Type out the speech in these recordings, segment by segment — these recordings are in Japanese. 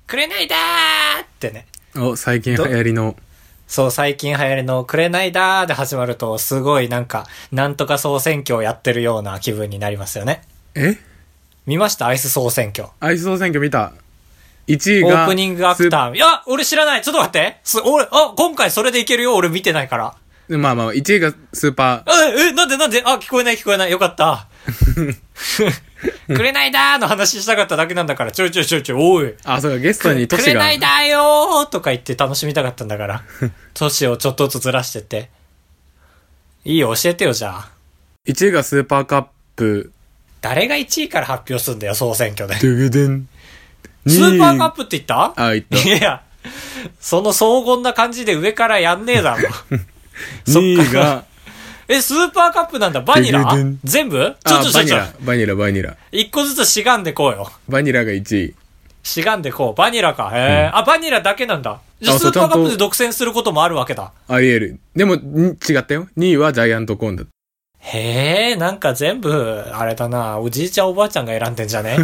くれないだーってね。 最近流行りの。 そう、最近流行りのくれないだーで始まると、すごいなんか、なんとか総選挙をやってるような気分になりますよね。見ましたアイス総選挙。 アイス総選挙見た。1位が。 オープニングアクター。いや、俺知らない。ちょっと待って。今回それでいけるよ。俺見てないから。 まあまあ、1位がスーパー。なんで聞こえない。よかった。くれないだーの話したかっただけなんだから、ちょい、おい。 そうか、ゲストにトシが。 くれないだーよーとか言って楽しみたかったんだから。トシをちょっとずつずらしてって。いいよ、教えてよ、じゃあ。 1位がスーパーカップ。 誰が1位から発表すんだよ、総選挙で。 ドゥグデン。 スーパーカップって言った？ 言った。 いや、その荘厳な感じで上からやんねえだろ。 2位が。 スーパーカップなんだ。バニラ全部？ バニラ。 一個ずつしがんでこうよ。 バニラが1位。 しがんでこう。バニラか。バニラだけなんだ。じゃあスーパーカップで独占することもあるわけだ。 あり得る。でも、違ったよ。2位はジャイアントコーンだ。 なんか全部、あれだな。おじいちゃんおばあちゃんが選んでんじゃね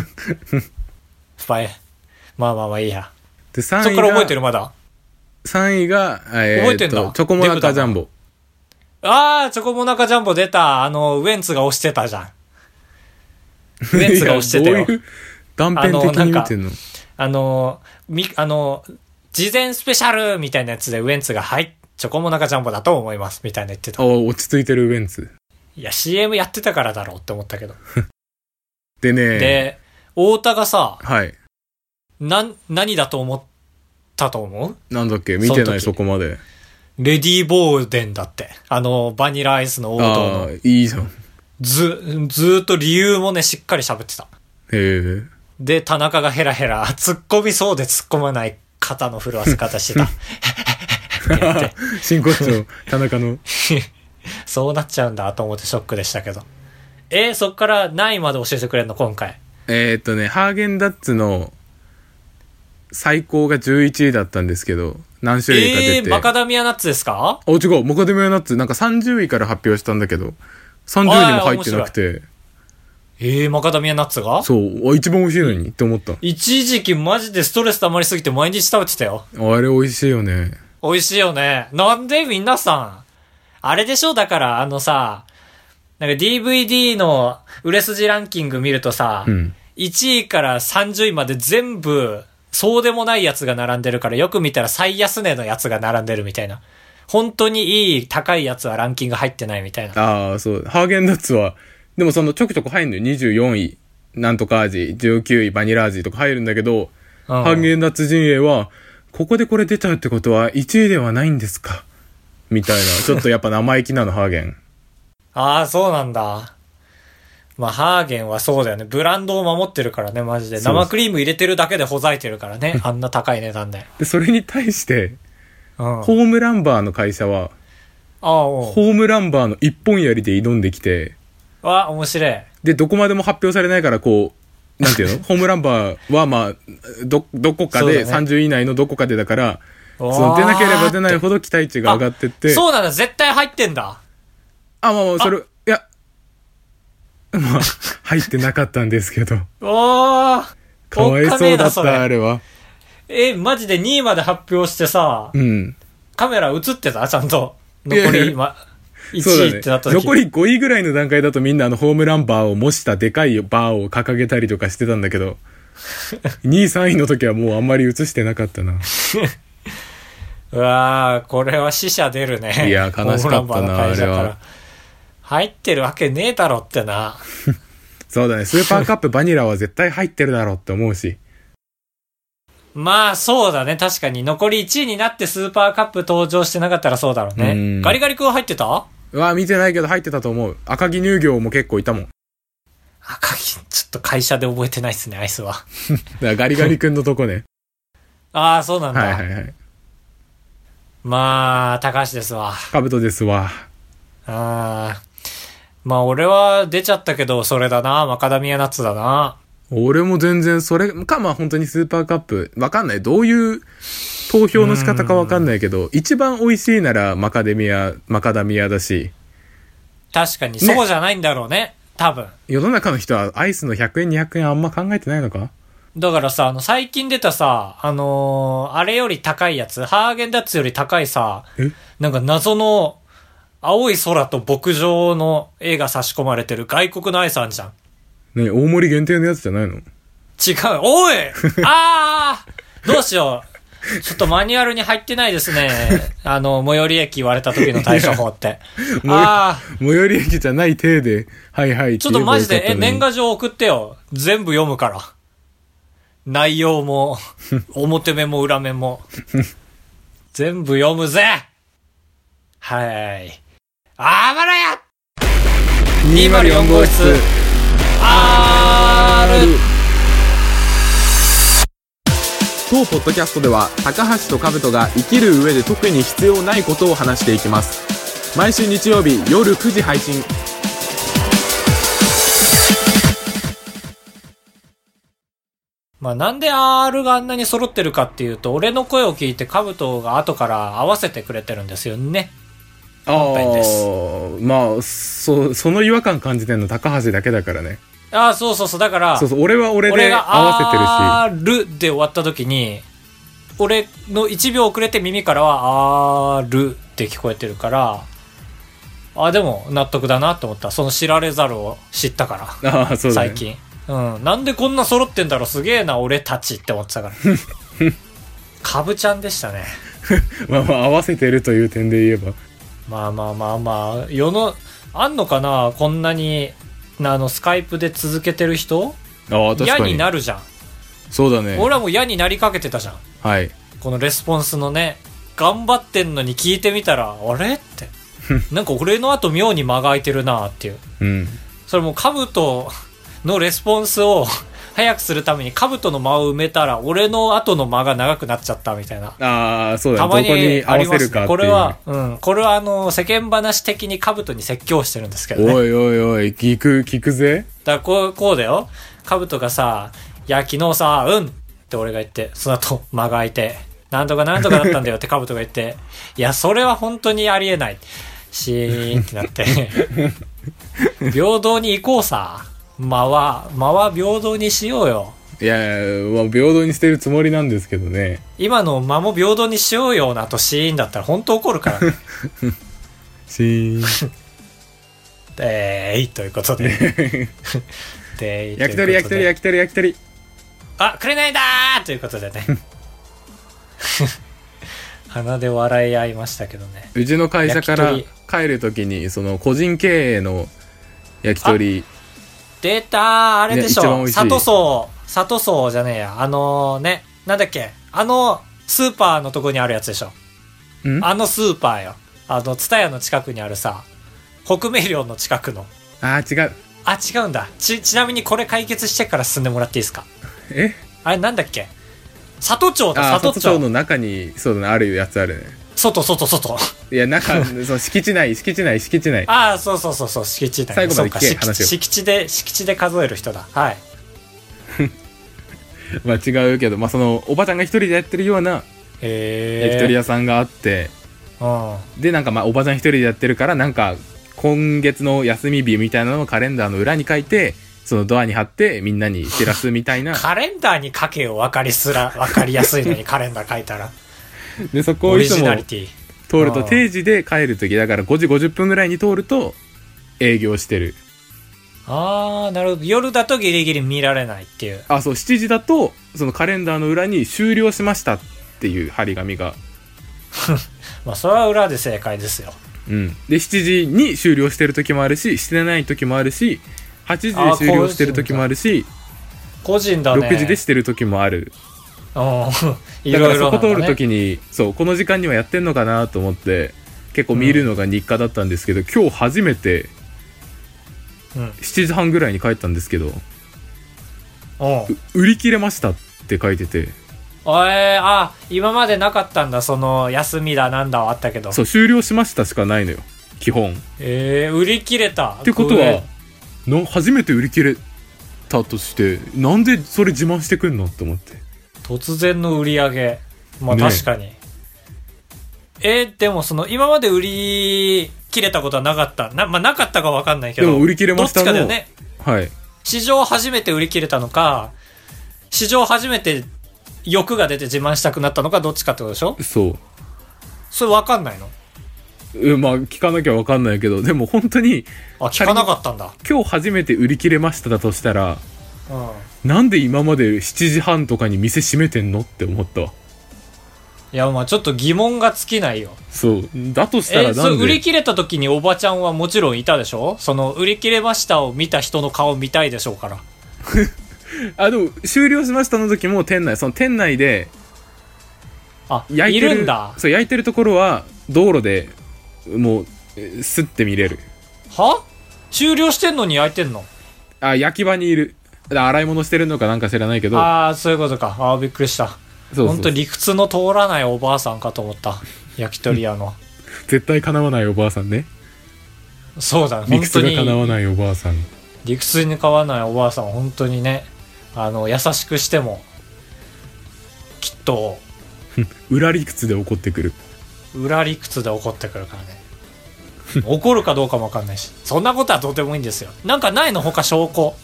まあいいや。 で、3位が。 そっから覚えてるまだ。 3位が、 覚えてんだ。 チョコモナカジャンボ。 チョコモナカジャンボ出た。ウエンツが押してたじゃん。ウエンツが押してたよ。 どういう断片的に見てんの？ 事前スペシャルみたいなやつでウエンツが、チョコモナカジャンボだと思います。みたいな言ってた。 落ち着いてるウエンツ。 いや、CM やってたからだろうって思ったけど。 でね。 で、太田がさ、 はい。 何だと思ったと思う？ なんだっけ？見てないそこまで。 レディーボーデンだって。バニラアイスの王道の。 いいじゃん。 ずーっと理由もね、しっかり喋ってた。 へえ。 で、田中がヘラヘラ、突っ込みそうで突っ込まない肩の震わせ方してた。 真骨頂、田中の。 そうなっちゃうんだと思ってショックでしたけど。そっから何位まで教えてくれるの今回。 ハーゲンダッツの最高が11位だったんですけど、何種類か出て。 マカダミアナッツですか？ 違う、マカダミアナッツなんか30位から発表したんだけど、30位にも入ってなくて。 マカダミアナッツが？ そう、一番美味しいのにって思った。 一時期マジでストレス溜まりすぎて毎日食べてたよ。 あれ美味しいよね。 美味しいよね。なんで皆さん。あれでしょ？だからなんか DVD の売れ筋ランキング見るとさ、1位から30位まで全部、そうでもないやつが並んでるから、よく見たら最安値のやつが並んでるみたいな。本当にいい高いやつはランキング入ってないみたいな。 そう。ハーゲンダッツは、でもちょくちょく入るのよ。24位、なんとか味、19位、バニラ味とか入るんだけど、ハーゲンダッツ陣営は、ここでこれ出ちゃうってことは1位ではないんですかみたいな。ちょっとやっぱ生意気なの、ハーゲン。 そうなんだ。ハーゲンはそうだよね。ブランドを守ってるからね、マジで。生クリーム入れてるだけでほざいてるからね。あんな高い値段で。 で、それに対して、ホームランバーの会社は、ホームランバーの一本槍で挑んできて、 面白い。 で、どこまでも発表されないから、なんていうのホームランバーはどこかで、30位以内のどこかでだから、出なければ出ないほど期待値が上がってって。 そうなんだ、絶対入ってんだ。 それ、いや、入ってなかったんですけど。かわいそうだった、あれは。 マジで2位まで発表してさ、カメラ映ってたちゃんと。残り、1位ってなった時。 残り5位ぐらいの段階だとみんなホームランバーを模したでかいバーを掲げたりとかしてたんだけど、2位3位の時はもうあんまり映してなかったな。 これは死者出るね。 いや、悲しかったな、あれは。 入ってるわけねえだろってな。 そうだね、スーパーカップバニラは絶対入ってるだろうって思うし。 そうだね、確かに。残り1位になってスーパーカップ登場してなかったらそうだろうね。ガリガリ君は入ってた？ 見てないけど入ってたと思う。赤城乳業も結構いたもん。 赤城、ちょっと会社で覚えてないっすね、アイスは。 だからガリガリ君のとこね。 そうなんだ。高橋ですわ。 カブトですわ。 俺は出ちゃったけど、それだな。マカダミアナッツだな。 俺も全然それか、本当にスーパーカップ。わかんない。どういう投票の仕方かわかんないけど、一番美味しいならマカダミアだし。 確かに、そうじゃないんだろうね。多分。 世の中の人はアイスの100円200円あんま考えてないのか？ だからさ、最近出たさ、あれより高いやつ、ハーゲンダッツより高いさ、なんか謎の青い空と牧場の絵が差し込まれてる外国のアイスあんじゃん。 ね、大盛り限定のやつじゃないの？ 違う。おいどうしよう。ちょっとマニュアルに入ってないですね。最寄り駅言われた時の対処法って。 最寄り駅じゃない体で、はいはいってちょっとマジで、年賀状送ってよ。全部読むから。内容も、表目も裏目も。全部読むぜ。はい。あばらや !204 号室 R! 当ポッドキャストでは高橋と兜が生きる上で特に必要ないことを話していきます。毎週日曜日夜9時配信。 まあなんで R があんなに揃ってるかっていうと、俺の声を聞いて兜が後から合わせてくれてるんですよね。本編です。 まあその違和感感じてんの高橋だけだからね。 そうそうそう。だから、 俺は俺で合わせてるし。 R で終わった時に、俺の1秒遅れて耳からは R って聞こえてるから、でも納得だなと思った。その知られざるを知ったから。そうだね。最近。なんでこんな揃ってんだろう、すげえな、俺たちって思ってたから。かぶちゃんでしたね。 まあ合わせてるという点で言えば。 まあ、あんのかな、こんなに、スカイプで続けてる人？ 確かに。 嫌になるじゃん。 そうだね。 俺はもう嫌になりかけてたじゃん。 はい。 このレスポンスのね、頑張ってんのに聞いてみたら、あれって。なんか俺の後妙に間が空いてるなっていう。 うん。 それも兜のレスポンスを早くするために兜の間を埋めたら、俺の後の間が長くなっちゃったみたいな。 そうだね。 たまにありますね。これは世間話的に兜に説教してるんですけどね。 おい、聞くぜ。 だからこうだよ。兜がさ、いや、昨日さ、って俺が言って、その後間が空いて、なんとかだったんだよって兜が言って、いや、それは本当にありえない。シーンってなって。平等に行こうさ。間は平等にしようよ。 いや、平等にしてるつもりなんですけどね。 今の間も平等にしようよなとシーンだったら本当怒るからね。 シーン。 ということで。 焼き鳥。 くれないだーということでね。鼻で笑い合いましたけどね。 うちの会社から帰るときに、その個人経営の焼き鳥。 出たー、あれでしょ。里荘じゃねえや。なんだっけ。スーパーのとこにあるやつでしょ。スーパーよ。ツタヤの近くにあるさ、北明寮の近くの。 違う。 違うんだ。ちなみにこれ解決してから進んでもらっていいですか？あれなんだっけ？里町だ、 里町の中に、そうだね、あるやつあるね。 外。 いや、敷地内。そう、敷地内。 最後まで聞け、話を。 敷地で数える人だ。はい。 まあ違うけど、おばちゃんが一人でやってるような、焼き鳥屋さんがあって、で、おばちゃん一人でやってるから、今月の休み日みたいなのをカレンダーの裏に書いて、そのドアに貼ってみんなに知らすみたいな。 カレンダーに書けよ、分かりやすいのにカレンダー書いたら。 で、そこをいつも通ると定時で帰るときだから5時50分ぐらいに通ると営業してる。 なるほど。夜だとギリギリ見られないっていう。 そう、7時だとそのカレンダーの裏に終了しましたっていう張り紙が。 それは裏で正解ですよ。 で、7時に終了してる時もあるし、してない時もあるし、8時で終了してる時もあるし、 個人だね。 6時でしてる時もある。 いろいろ、ね、 だからそこ通る時に、この時間にはやってんのかなと思って結構見るのが日課だったんですけど、今日初めて7時半ぐらいに帰ったんですけど、売り切れましたって書いてて、 今までなかったんだ。その休みだなんだはあったけど、 そう、終了しましたしかないのよ基本。 売り切れたってことは初めて売り切れたとして、なんでそれ自慢してくんのって思って。 突然の売り上げ。確かに。でも今まで売り切れたことはなかった。なかったか分かんないけど。 でも売り切れましたの。 どっちかだよね。 はい。 史上初めて売り切れたのか、 史上初めて欲が出て自慢したくなったのかどっちかってことでしょ？ そう。 それ分かんないの？ まあ聞かなきゃ分かんないけど、でも本当に聞かなかったんだ。 今日初めて売り切れましただとしたら、 うん、 なんで今まで7時半とかに店閉めてんのって思ったわ。 いや、まあちょっと疑問が尽きないよ。 そうだとしたらなんで、 それ売り切れた時におばちゃんはもちろんいたでしょ？その売り切れましたを見た人の顔見たいでしょうからあ、でも終了しましたの時も店内でいるんだ。 そう、焼いてるところは道路でもうスッて見れる。 は？終了してんのに焼いてんの？ 焼き場にいる。洗い物してるのかなんか知らないけど。 そういうことか。びっくりした。 そう本当理屈の通らないおばあさんかと思った。焼き鳥屋の絶対叶わないおばあさんね。 そうだね。 理屈が叶わないおばあさん。 理屈に叶わないおばあさんは本当にね、優しくしてもきっと裏理屈で怒ってくる。 裏理屈で怒ってくるからね。怒るかどうかも分かんないし、そんなことはどうでもいいんですよ。なんかないの？他証拠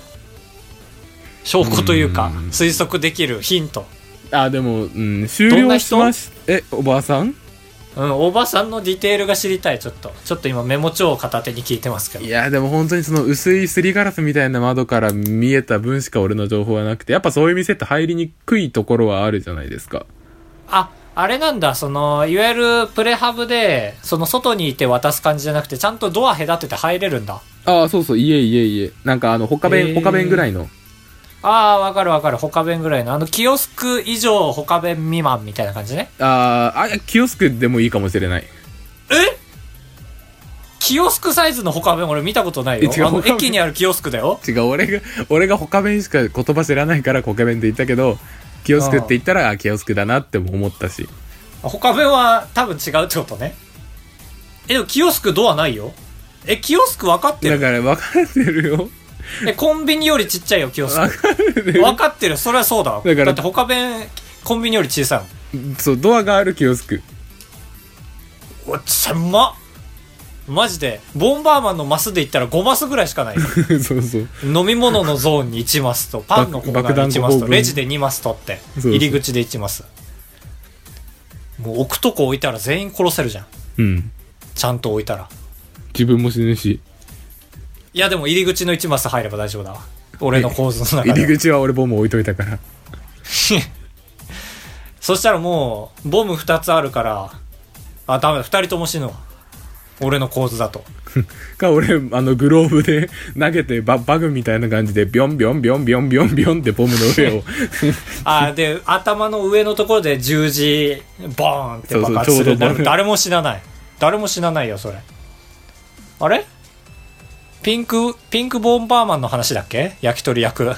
というか推測できるヒント。 でも、終了しましおばあさん？ おばさんのディテールが知りたい。ちょっと今メモ帳を片手に聞いてますけど。 いや、でも本当にその薄いすりガラスみたいな窓から見えた分しか俺の情報はなくて、やっぱそういう店って入りにくいところはあるじゃないですか。 あれなんだ、いわゆるプレハブで、外にいて渡す感じじゃなくて、ちゃんとドア隔てて入れるんだ。 そうそう、家。なんか他弁ぐらいの。 わかる。他弁ぐらいの。キオスク以上他弁未満みたいな感じね。 キオスクでもいいかもしれない。 キオスクサイズの他弁俺見たことないよ。駅にあるキオスクだよ。 違う、俺が他弁しか言葉知らないから他弁って言ったけど、キオスクって言ったらキオスクだなっても思ったし。 他弁は多分違うってことね。でもキオスクドアないよ。キオスク分かってる？ だから分かってるよ。 コンビニよりちっちゃいよ、キオスク。分かってる。それはそうだ。だって他弁コンビニより小さいもん。 そう、ドアがあるキオスク。 狭っ。マジでボンバーマンのマスで言ったら5マスぐらいしかない。 そう飲み物のゾーンに1マスとパンのコーナーに1マスとレジで2マス取って入り口で1マス。もう置くとこ置いたら全員殺せるじゃん。ちゃんと置いたら自分も死ぬし。 いやでも入り口の1マス入れば大丈夫だわ。俺の構図の中で入り口は俺ボム置いといたからそしたらもうボム2つあるからダメだ、2人とも死ぬわ、俺の構図だと俺グローブで投げてバグみたいな感じでビョンビョンビョンビョンビョンビョンってボムの上をで頭の上のところで十字ボーンって爆発する。誰も死なないよそれ。あれピンクボンバーマンの話だっけ？焼き鳥役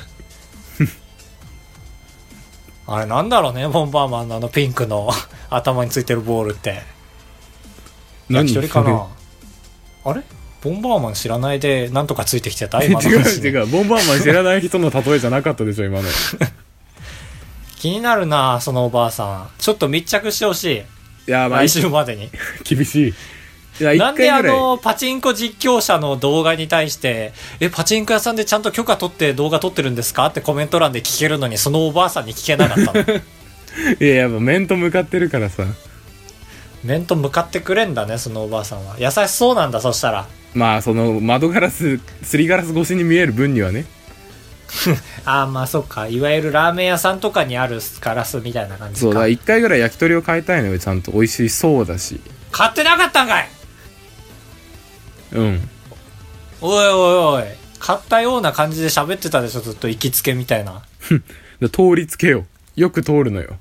あれなんだろうね、ボンバーマンのピンクの頭についてるボールって焼き鳥かな。あれボンバーマン知らないでなんとかついてきてた今の話違うボンバーマン知らない人の例えじゃなかったでしょ今の気になるなそのおばあさん。ちょっと密着してほしい。いや、来週までに厳しい。 なんでパチンコ実況者の動画に対してパチンコ屋さんでちゃんと許可取って動画撮ってるんですかってコメント欄で聞けるのにそのおばあさんに聞けなかったのいや面と向かってるからさ。 面と向かってくれんだねそのおばあさんは。優しそうなんだ。そしたらまあその窓ガラスすりガラス越しに見える分にはねまあそっか、いわゆるラーメン屋さんとかにあるガラスみたいな感じか。 そうだ、1回ぐらい焼き鳥を買いたいのよ。ちゃんと美味しそうだし。 買ってなかったんかい。 うん。 おい買ったような感じで喋ってたでしょずっと。行きつけみたいな通りつけよ。よく通るのよ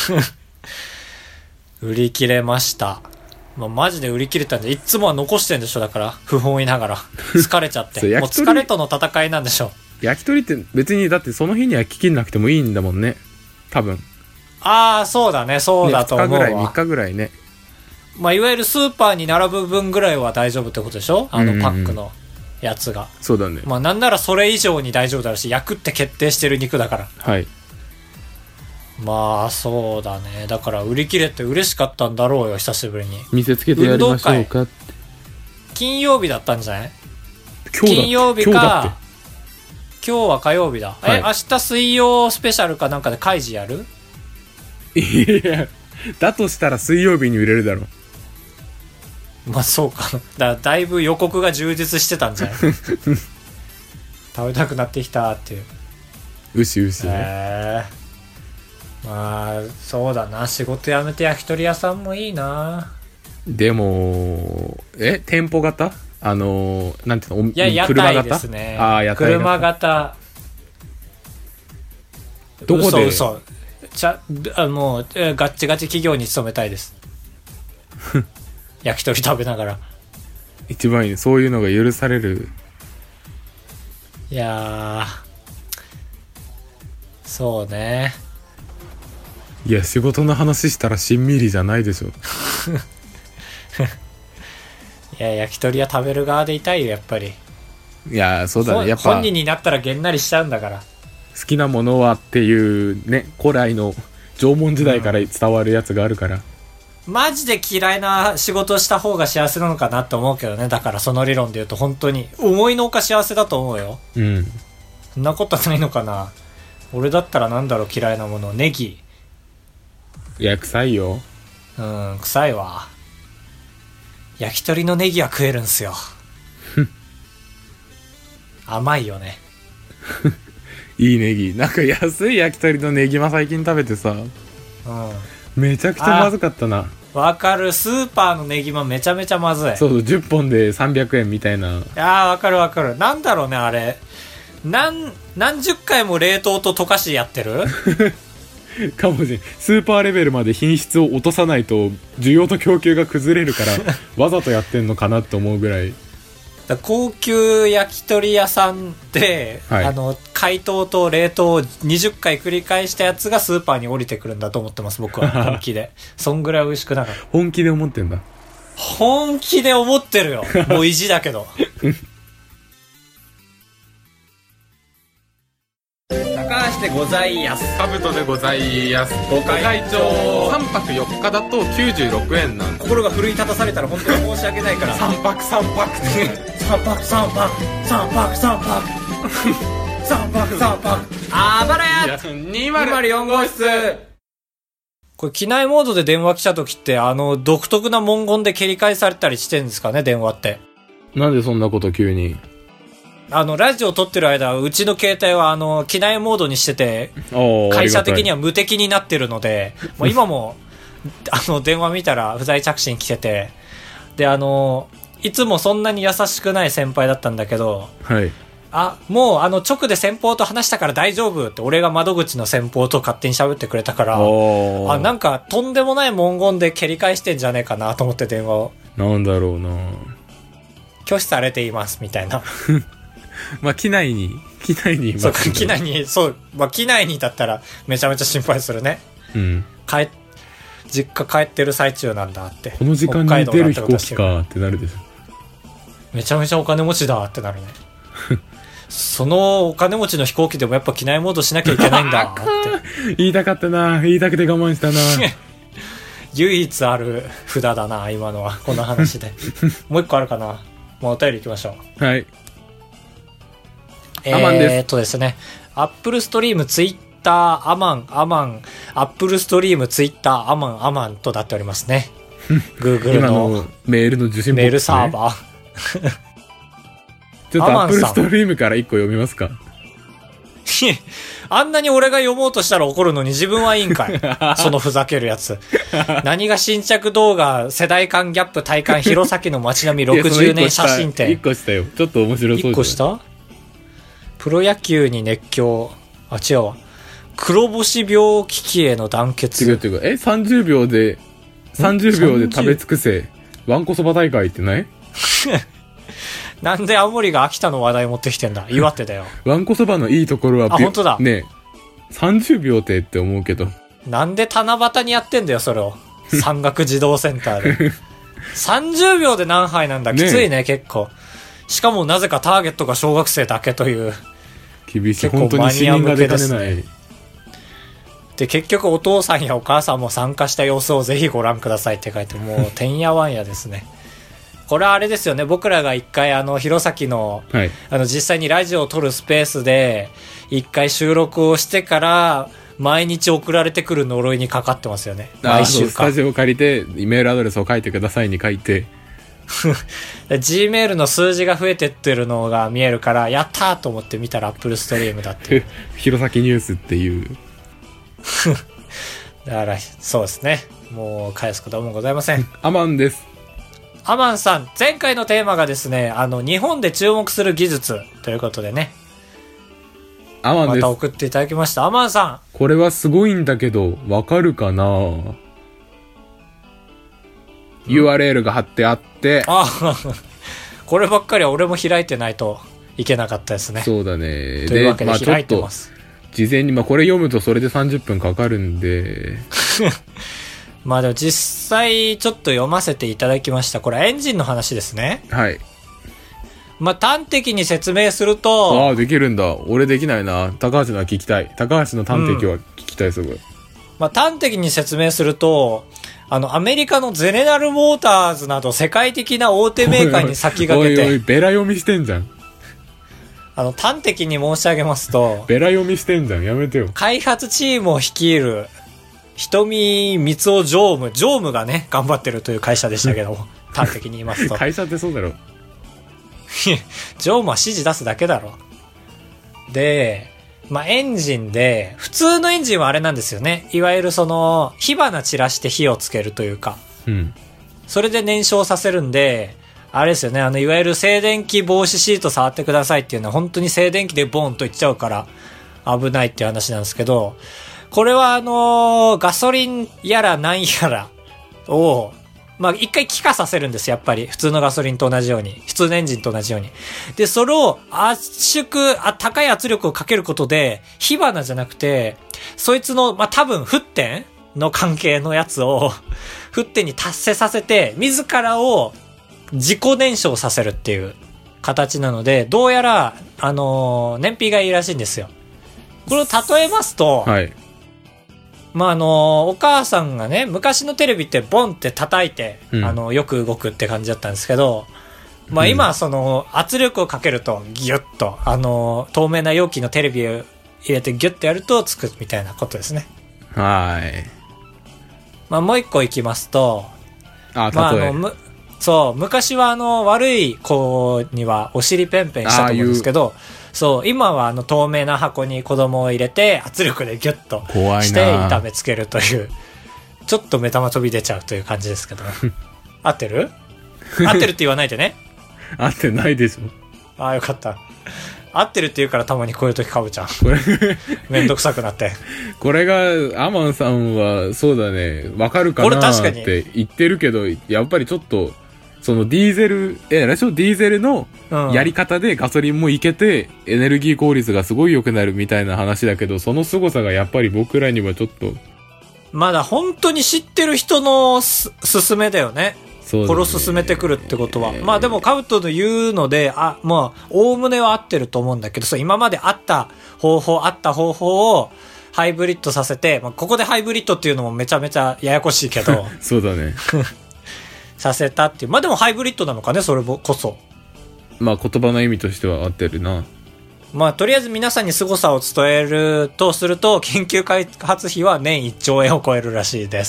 売り切れました。マジで売り切れたんで、いつもは残してんでしょ。だから不本意ながら疲れちゃってもう疲れとの戦いなんでしょ。 焼き鳥って別にだってその日には聞きなくてもいいんだもんね多分。 そうだね、そうだと思うわ。 2日ぐらい3日ぐらいね。 いわゆるスーパーに並ぶ分ぐらいは大丈夫ってことでしょ。パックのやつが。 そうだね。 なんならそれ以上に大丈夫だろうし、焼くって決定してる肉だから。 はい。 そうだね。だから売り切れて嬉しかったんだろうよ、久しぶりに。 見せつけてやりましょうかって。 金曜日だったんじゃない？ 金曜日か。 今日は火曜日だ。 はい明日水曜スペシャルかなんかでカイジやる？ いや、だとしたら水曜日に売れるだろ。 まあそうか。だいぶ予告が充実してたんじゃない？食べたくなってきたっていう。 牛ね。 まあそうだな、仕事辞めて焼き鳥屋さんもいいな。 でも店舗型なんていうの、 いや屋台ですね。 ああ、屋台車型。 どこで？ 嘘もうガッチガチ企業に勤めたいです。焼き鳥食べながら。 一番いい、そういうのが許される。 いやそうね。 いや、仕事の話したらしんみりじゃないでしょ。 いや、焼き鳥屋食べる側でいたいよ、やっぱり。 いや、そうだね。やっぱ本人になったらげんなりしちゃうんだから。 好きなものはっていうね、古来の縄文時代から伝わるやつがあるから、 マジで嫌いな仕事をした方が幸せなのかなって思うけどね。だからその理論で言うと本当に思いのほか幸せだと思うよ。 うん。 そんなことないのかな。俺だったらなんだろう、嫌いなもの。ネギ。 いや、臭いよ。 臭いわ。焼き鳥のネギは食えるんすよ。甘いよね。 いいネギ。なんか安い焼き鳥のネギも最近食べてさ、めちゃくちゃまずかったな。 わかる。スーパーのネギもめちゃめちゃまずい。 そう、10本で300円みたいな。 わかる。なんだろうね、あれ。何十回も冷凍と溶かしやってるかもしれん。スーパーレベルまで品質を落とさないと需要と供給が崩れるからわざとやってんのかなって思うぐらい。 高級焼き鳥屋さんで、 はい、 解凍と冷凍を20回繰り返したやつがスーパーに降りてくるんだと思ってます、僕は。本気で。そんぐらい美味しくなかった。 本気で思ってんだ。 本気で思ってるよ。もう意地だけど。高橋でございやす。 カブトでございやす。ご会長。3泊4日だと96円なんで。 心が奮い立たされたら本当に申し訳ないから。 3泊3泊あばらや204号室。これ機内モードで電話来た時って独特な文言で蹴り返されたりしてるんですかね、電話って。 なんでそんなこと急に。 ラジオ撮ってる間、うちの携帯は機内モードにしてて、会社的には無敵になってるので、もう今も、電話見たら不在着信来てて、で、いつもそんなに優しくない先輩だったんだけど、 はい。 もう直で先方と話したから大丈夫って、俺が窓口の先方と勝手に喋ってくれたから、なんかとんでもない文言で蹴り返してんじゃねえかなと思って電話を。 なんだろうな。 拒否されていますみたいな。 まあ、機内にいます。 そう、機内に、そう、まあ、機内にだったらめちゃめちゃ心配するね。 うん。 実家帰ってる最中なんだって。 この時間に出る飛行機かってなるでしょ。 めちゃめちゃお金持ちだってなるね。そのお金持ちの飛行機でもやっぱ機内モードしなきゃいけないんだって言いたかったな。言いたくて我慢したな。 唯一ある札だな、今のは。この話で。もう一個あるかな。もうお便り行きましょう。はい。アマンです。 ですね。アップルストリーム、ツイッター、アマン、アップルストリーム、ツイッター、アマンとなっておりますね。Google のメールの受信ボックス、ね、 メールサーバー。 ちょっとアップルストリームから一個読みますか。 あんなに俺が読もうとしたら怒るのに自分はいいんかい。そのふざけるやつ。何が新着動画、世代間ギャップ、体感、弘前の街並み60年写真展。 1個したよ。ちょっと面白そうじゃん。 1個したプロ野球に熱狂。違うわ。黒星病危機への団結。 違う。30秒で食べ尽くせ。わんこそば大会ってないなんで青森が秋田の話題持ってきてんだ。岩手だよ。 わんこそばのいいところは、 本当だ。 ね、30秒って思うけど。 なんで七夕にやってんだよ、それを。山岳児童センターで。30秒で何杯なんだ。きついね、結構。しかもなぜかターゲットが小学生だけという。 厳しい。本当に死人が出かねない。 で、結局お父さんやお母さんも参加した様子をぜひご覧くださいって書いて、もうてんやわんやですね。 これはあれですよね。僕らが一回弘前の、 はい。 実際にラジオを撮るスペースで、一回収録をしてから、毎日送られてくる呪いにかかってますよね。毎週間。 スタジオを借りて、メールアドレスを書いてくださいに書いて。 Gmail の数字が増えてってるのが見えるから、やったーと思って見たら Apple ストリームだって。 弘前ニュースっていう。 だから、そうですね。もう返すことはもうございません。 アマンです。 アマンさん、前回のテーマがですね、日本で注目する技術ということでね。 アマンです。 また送っていただきました。アマンさん。 これはすごいんだけど、わかるかな？ URL が貼ってあって。 こればっかりは俺も開いてないといけなかったですね。 そうだね。 というわけで開いてます。 事前に、これ読むとそれで30分かかるんで。 まあでも実際ちょっと読ませていただきました。これエンジンの話ですね。 はい。 端的に説明すると。 ああ、できるんだ。俺できないな。高橋のは聞きたい。高橋の端的は聞きたい、すごい。 端的に説明すると、アメリカのゼネラルモーターズなど世界的な大手メーカーに先駆けて。 おい、ベラ読みしてんじゃん。 端的に申し上げますと。 ベラ読みしてんじゃん。やめてよ。 開発チームを率いる、瞳光雄常務がね、頑張ってるという会社でしたけども、端的に言いますと。 会社ってそうだろ。 常務は指示出すだけだろ。で、エンジンで、普通のエンジンはあれなんですよね。いわゆる火花散らして火をつけるというか。 うん。 それで燃焼させるんで、あれですよね。いわゆる静電気防止シート触ってくださいっていうのは本当に静電気でボンといっちゃうから危ないっていう話なんですけど、これはガソリンやらなんやらを、一回気化させるんです、やっぱり。普通のガソリンと同じように。普通のエンジンと同じように。で、それを高い圧力をかけることで、火花じゃなくて、そいつの、多分、沸点の関係のやつを、沸点に達成させて、自らを自己燃焼させるっていう形なので、どうやら、燃費がいいらしいんですよ。これを例えますと、 はい。 お母さんがね、昔のテレビってボンって叩いて、 うん、 よく動くって感じだったんですけど、今圧力をかけると、ギュッと、透明な容器のテレビを入れてギュッとやるとつくみたいなことですね。 はい。 もう一個いきますと、 そう、 昔は悪い子にはお尻ペンペンしたと思うんですけど、そう、今は透明な箱に子供を入れて圧力でギュッとして痛めつけるという、ちょっと目玉飛び出ちゃうという感じですけど。合ってるって言わないでね。 合ってないでしょ。ああ、よかった。合ってるって言うからたまにこういう時かぶちゃん。めんどくさくなって。 これが、アマンさんは、そうだね、わかるかなって言ってるけど、やっぱりちょっと、ディーゼル、ディーゼルのやり方でガソリンもいけて、エネルギー効率がすごい良くなるみたいな話だけど、その凄さがやっぱり僕らにはちょっと。 まだ本当に知ってる人の勧めだよね。 そうだね。 これを進めてくるってことは。でもカブトの言うので、おおむねは合ってると思うんだけど、今まであった方法をハイブリッドさせて、ここでハイブリッドっていうのもめちゃめちゃややこしいけど。 そうだね。 させたっていう。でもハイブリッドなのかね、それこそ。 言葉の意味としては合ってるな。 とりあえず皆さんに凄さを伝えるとすると、研究開発費は年1兆円を超えるらしいです。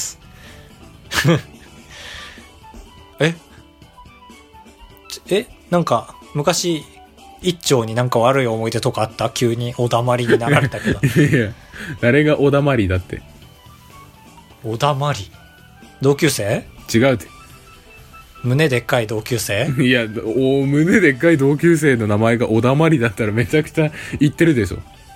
なんか、昔、1兆になんか悪い思い出とかあった？急におだまりになられたけど。 いや、誰がおだまりだって。 おだまり？同級生？ 違うって。 胸でっかい同級生？ いや、胸でっかい同級生の名前がおだまりだったらめちゃくちゃ言ってるでしょ。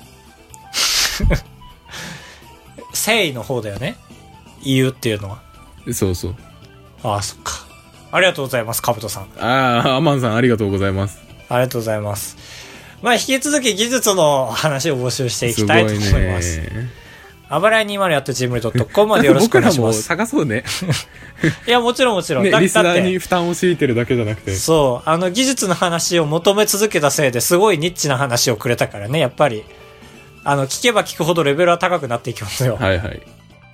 誠意の方だよね。言うっていうのは。 そうそう。 ああ、そっか。ありがとうございます、カブトさん。 アマンさんありがとうございます。 ありがとうございます。引き続き技術の話を募集していきたいと思います。あばらや 204@gmail.com までよろしくお願いします。 僕らも探そうね。 いや、もちろんもちろん。 ね、リスナーに負担を強いてるだけじゃなくて。 そう。技術の話を求め続けたせいですごいニッチな話をくれたからね、やっぱり。聞けば聞くほどレベルは高くなっていきますよ。 はいはい。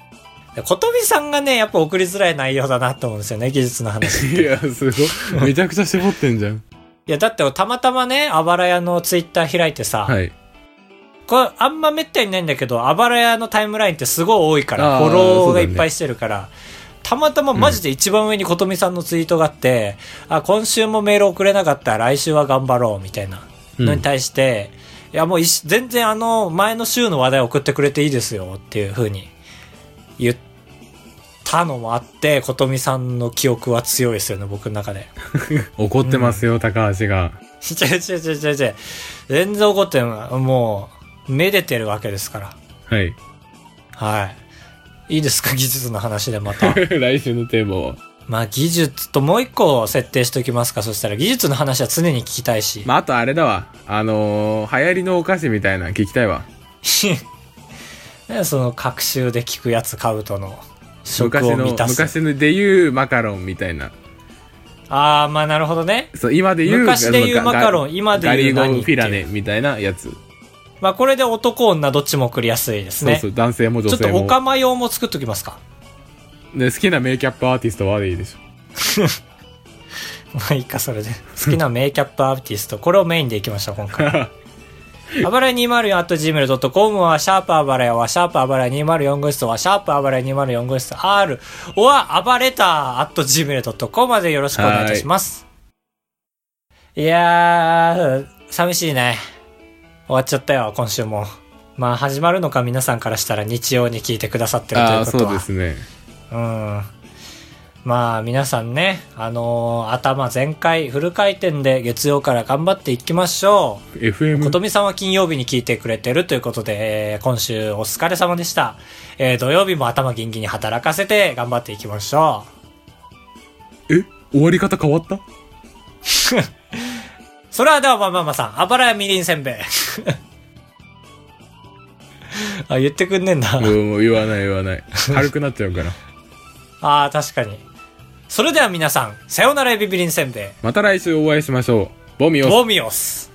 ことみさんがね、やっぱ送りづらい内容だなと思うんですよね、技術の話。 いや、すごい。めちゃくちゃ絞ってんじゃん。 いや、だってたまたまね、あばらやのツイッター開いてさ、 はい。 これあんまめったにないんだけど、あばらやのタイムラインってすごい多いから、フォローがいっぱいしてるから、たまたまマジで一番上にことみさんのツイートがあって、今週もメール送れなかったら来週は頑張ろうみたいなのに対して、いやもう全然前の週の話題送ってくれていいですよっていう風に言ったのもあって、ことみさんの記憶は強いですよね、僕の中で。 怒ってますよ、高橋が。 違う。全然怒ってる。もう、めでてるわけですから。 はい。 はい。いいですか、技術の話でまた。 来週のテーマは。 まあ、技術ともう一個設定しておきますか。そしたら技術の話は常に聞きたいし。 まあ、あとあれだわ。流行りのお菓子みたいなの聞きたいわ。 ね、その、各週で聞くやつ買うとの、食を満たす。 昔ので言うマカロンみたいな。 ああ、まあなるほどね。 そう、今で言う。 昔で言うマカロン、今で言うガリゴフィラネみたいなやつ。 まあこれで男女どっちも送りやすいですね。 そう、男性も女性も。 ちょっとオカマ用も作っときますか。 ね、好きなメイキャップアーティストはでいいでしょ。 まあいいか、それで。好きなメイキャップアーティスト、これをメインでいきましょう、今回。あばらや 204@gmail.com は、シャープあばらやは、シャープあばらや204号室は、シャープあばらや204号室 R は、暴れた @gmail.com までよろしくお願いいたします。いやー、寂しいね。終わっちゃったよ、今週も。まあ始まるのか、皆さんからしたら日曜に聞いてくださってるということは。 そうですね。 まあ皆さんね、頭全開フル回転で月曜から頑張っていきましょう。 FM。 ことみさんは金曜日に聞いてくれてるということで、今週お疲れ様でした。土曜日も頭ギンギンに働かせて頑張っていきましょう。終わり方変わったそれはではママさん、あばらやみりんせんべい。あ、言ってくんねえんだ。 もう言わない。軽くなっちゃうから。 ああ、確かに。それでは皆さん、さよならエビビリンせんべい。 また来週お会いしましょう。ボミオス。 ボミオス。